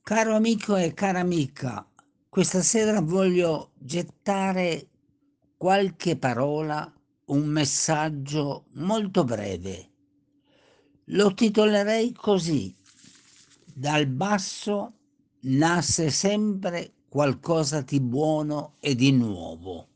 Caro amico e cara amica, questa sera voglio gettare qualche parola, un messaggio molto breve. Lo titolerei così: dal basso nasce sempre qualcosa di buono e di nuovo.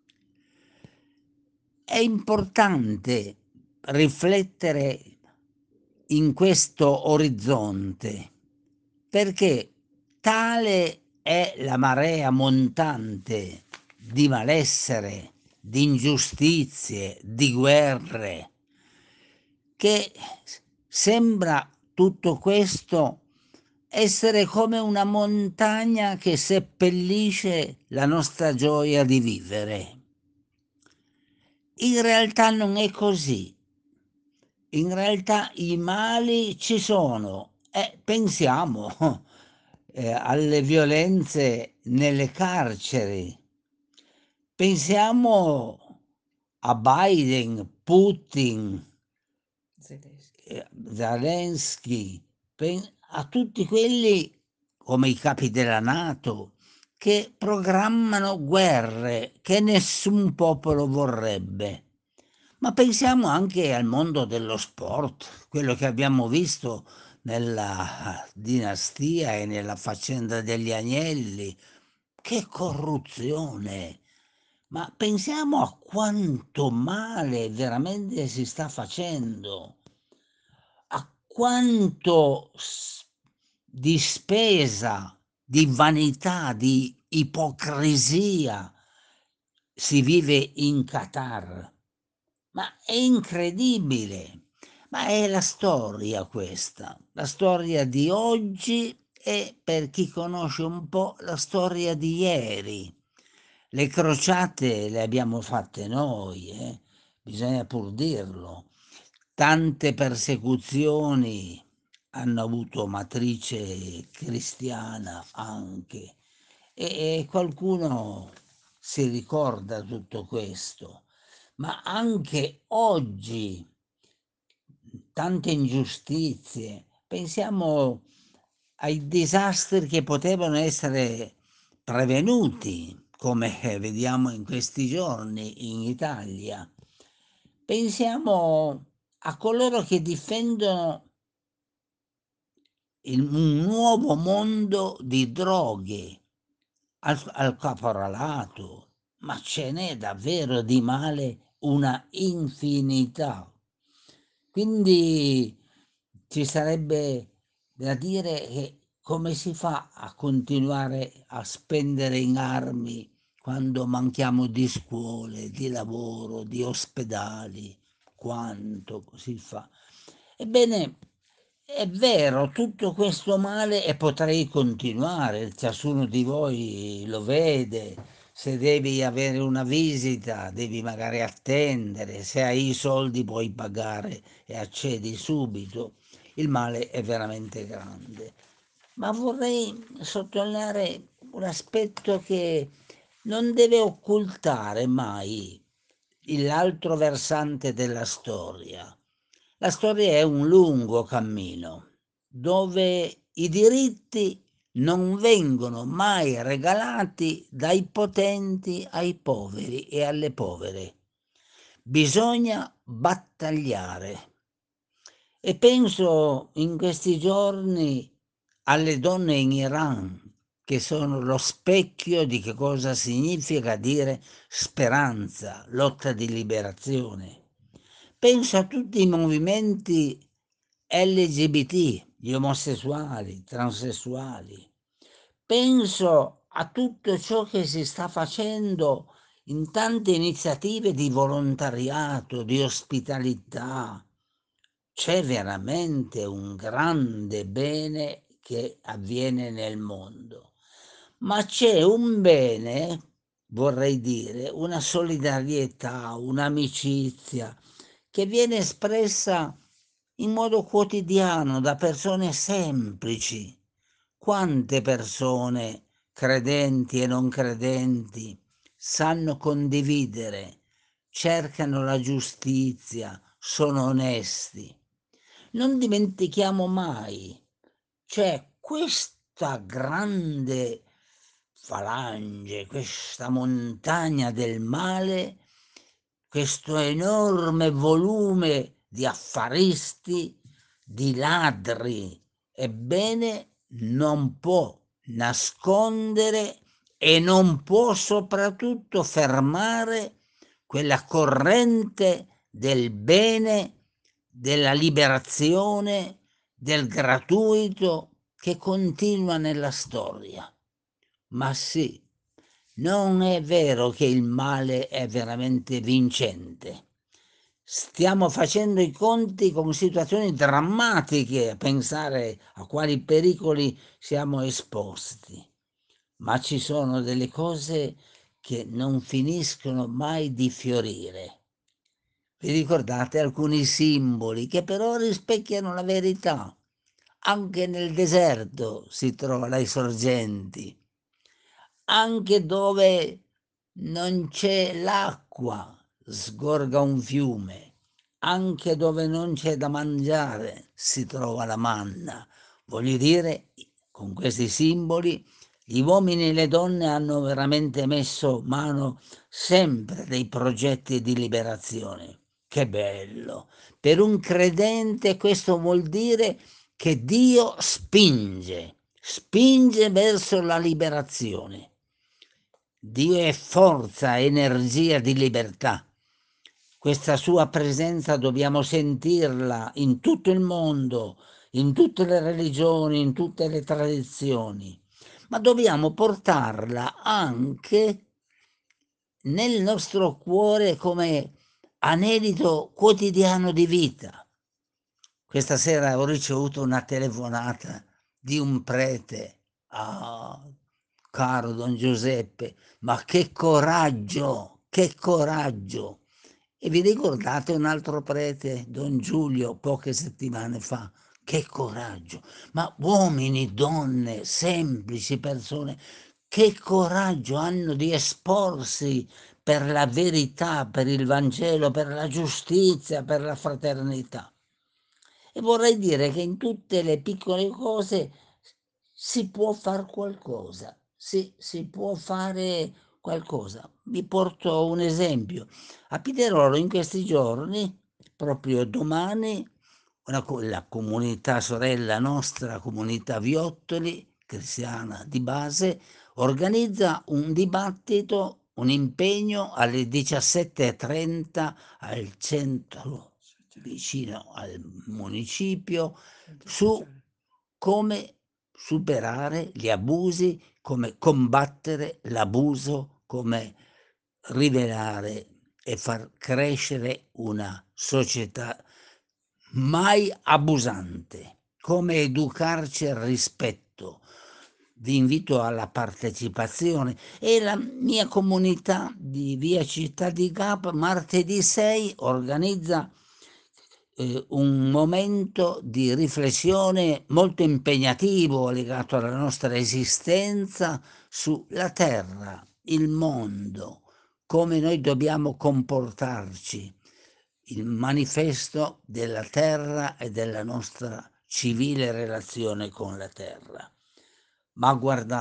È importante riflettere in questo orizzonte, perché tale è la marea montante di malessere, di ingiustizie, di guerre, che sembra tutto questo essere come una montagna che seppellisce la nostra gioia di vivere. In realtà non è così. In realtà i mali ci sono e pensiamo alle violenze nelle carceri, pensiamo a Biden, Putin, Zelensky. Zelensky, a tutti quelli come i capi della NATO che programmano guerre che nessun popolo vorrebbe. Ma pensiamo anche al mondo dello sport, quello che abbiamo visto nella dinastia e nella faccenda degli agnelli. Che corruzione! Ma pensiamo a quanto male veramente si sta facendo, a quanto di spesa, di vanità, di ipocrisia si vive in Qatar. Ma è incredibile, ma è la storia questa, la storia di oggi e per chi conosce un po' la storia di ieri. Le crociate le abbiamo fatte noi, bisogna pur dirlo. Tante persecuzioni hanno avuto matrice cristiana anche e qualcuno si ricorda tutto questo, ma anche oggi tante ingiustizie. Pensiamo ai disastri che potevano essere prevenuti, come vediamo in questi giorni in Italia. Pensiamo a coloro che difendono un nuovo mondo di droghe, al caporalato, ma ce n'è davvero di male una infinità. Quindi ci sarebbe da dire che come si fa a continuare a spendere in armi quando manchiamo di scuole, di lavoro, di ospedali? Quanto si fa? Ebbene, è vero, tutto questo male e potrei continuare, ciascuno di voi lo vede, se devi avere una visita devi magari attendere, se hai i soldi puoi pagare e accedi subito, il male è veramente grande. Ma vorrei sottolineare un aspetto che non deve occultare mai l'altro versante della storia. La storia è un lungo cammino dove i diritti non vengono mai regalati dai potenti ai poveri e alle povere. Bisogna battagliare. E penso in questi giorni alle donne in Iran, che sono lo specchio di che cosa significa dire speranza, lotta di liberazione. Penso a tutti i movimenti LGBT, gli omosessuali, transessuali. Penso a tutto ciò che si sta facendo in tante iniziative di volontariato, di ospitalità. C'è veramente un grande bene che avviene nel mondo, ma c'è un bene, vorrei dire, una solidarietà, un'amicizia che viene espressa in modo quotidiano da persone semplici. Quante persone, credenti e non credenti, sanno condividere, cercano la giustizia, sono onesti. Non dimentichiamo mai, c'è questo questa grande falange, questa montagna del male, questo enorme volume di affaristi, di ladri, ebbene non può nascondere e non può soprattutto fermare quella corrente del bene, della liberazione, del gratuito che continua nella storia. Ma sì, non è vero che il male è veramente vincente. Stiamo facendo i conti con situazioni drammatiche a pensare a quali pericoli siamo esposti, ma ci sono delle cose che non finiscono mai di fiorire. Vi ricordate alcuni simboli che però rispecchiano la verità? Anche nel deserto si trovano le sorgenti, anche dove non c'è l'acqua sgorga un fiume, anche dove non c'è da mangiare si trova la manna. Voglio dire, con questi simboli, gli uomini e le donne hanno veramente messo mano sempre dei progetti di liberazione. Che bello! Per un credente questo vuol dire che Dio spinge verso la liberazione. Dio è forza, energia di libertà. Questa sua presenza dobbiamo sentirla in tutto il mondo, in tutte le religioni, in tutte le tradizioni, ma dobbiamo portarla anche nel nostro cuore come anelito quotidiano di vita. Questa sera ho ricevuto una telefonata di un prete. Ah, caro Don Giuseppe, ma che coraggio, che coraggio! E vi ricordate un altro prete, Don Giulio, poche settimane fa? Che coraggio! Ma uomini, donne, semplici persone, che coraggio hanno di esporsi per la verità, per il Vangelo, per la giustizia, per la fraternità. E vorrei dire che in tutte le piccole cose si può far qualcosa, si può fare qualcosa. Vi porto un esempio. A Piterolo in questi giorni, proprio domani, la comunità sorella nostra, comunità Viottoli, cristiana di base, organizza un dibattito, un impegno alle 17:30 al centro vicino al municipio su come superare gli abusi, come combattere l'abuso, come rivelare e far crescere una società mai abusante, come educarci al rispetto. Vi invito alla partecipazione e la mia comunità di via Città di Capo martedì 6 organizza un momento di riflessione molto impegnativo legato alla nostra esistenza sulla terra, il mondo, come noi dobbiamo comportarci, il manifesto della terra e della nostra civile relazione con la terra. Ma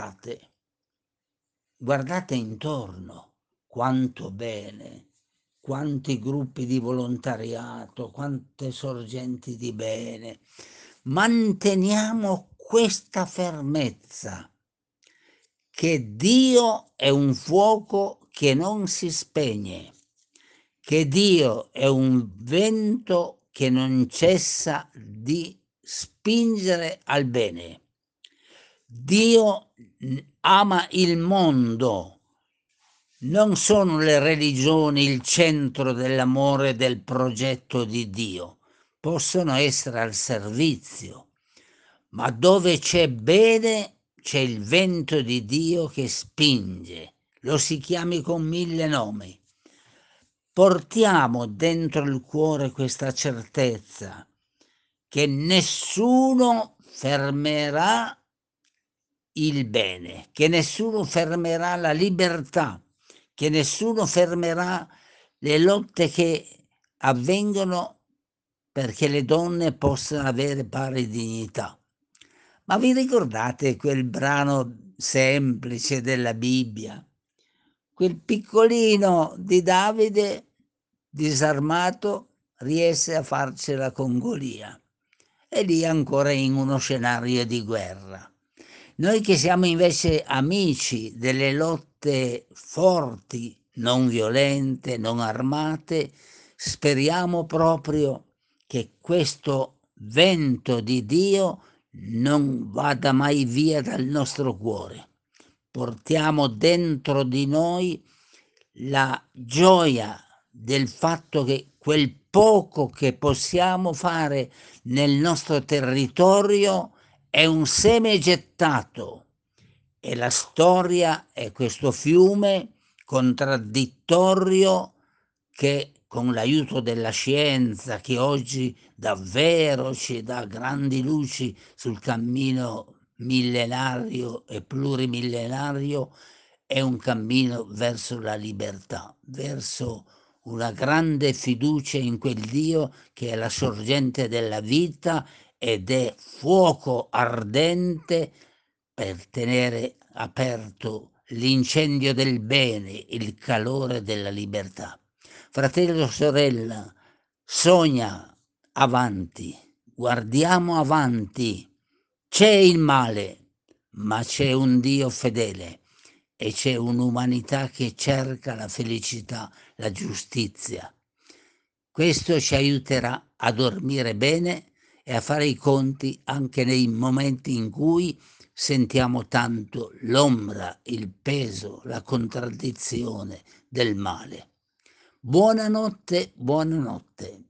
guardate intorno, quanto bene, quanti gruppi di volontariato, quante sorgenti di bene. Manteniamo questa fermezza, che Dio è un fuoco che non si spegne, che Dio è un vento che non cessa di spingere al bene. Dio ama il mondo. Non sono le religioni il centro dell'amore del progetto di Dio. Possono essere al servizio, ma dove c'è bene c'è il vento di Dio che spinge. Lo si chiami con 1000 nomi. Portiamo dentro il cuore questa certezza che nessuno fermerà il bene, che nessuno fermerà la libertà, che nessuno fermerà le lotte che avvengono perché le donne possano avere pari dignità. Ma vi ricordate quel brano semplice della Bibbia? Quel piccolino di Davide, disarmato, riesce a farcela con Golia. E lì ancora in uno scenario di guerra. Noi che siamo invece amici delle lotte forti, non violente, non armate, speriamo proprio che questo vento di Dio non vada mai via dal nostro cuore. Portiamo dentro di noi la gioia del fatto che quel poco che possiamo fare nel nostro territorio è un seme gettato e la storia è questo fiume contraddittorio che con l'aiuto della scienza, che oggi davvero ci dà grandi luci sul cammino millenario e plurimillenario, è un cammino verso la libertà, verso una grande fiducia in quel Dio che è la sorgente della vita ed è fuoco ardente per tenere aperto l'incendio del bene, il calore della libertà. Fratello, sorella, sogna avanti, guardiamo avanti. C'è il male, ma c'è un Dio fedele e c'è un'umanità che cerca la felicità, la giustizia. Questo ci aiuterà a dormire bene e a fare i conti anche nei momenti in cui sentiamo tanto l'ombra, il peso, la contraddizione del male. Buonanotte, buonanotte.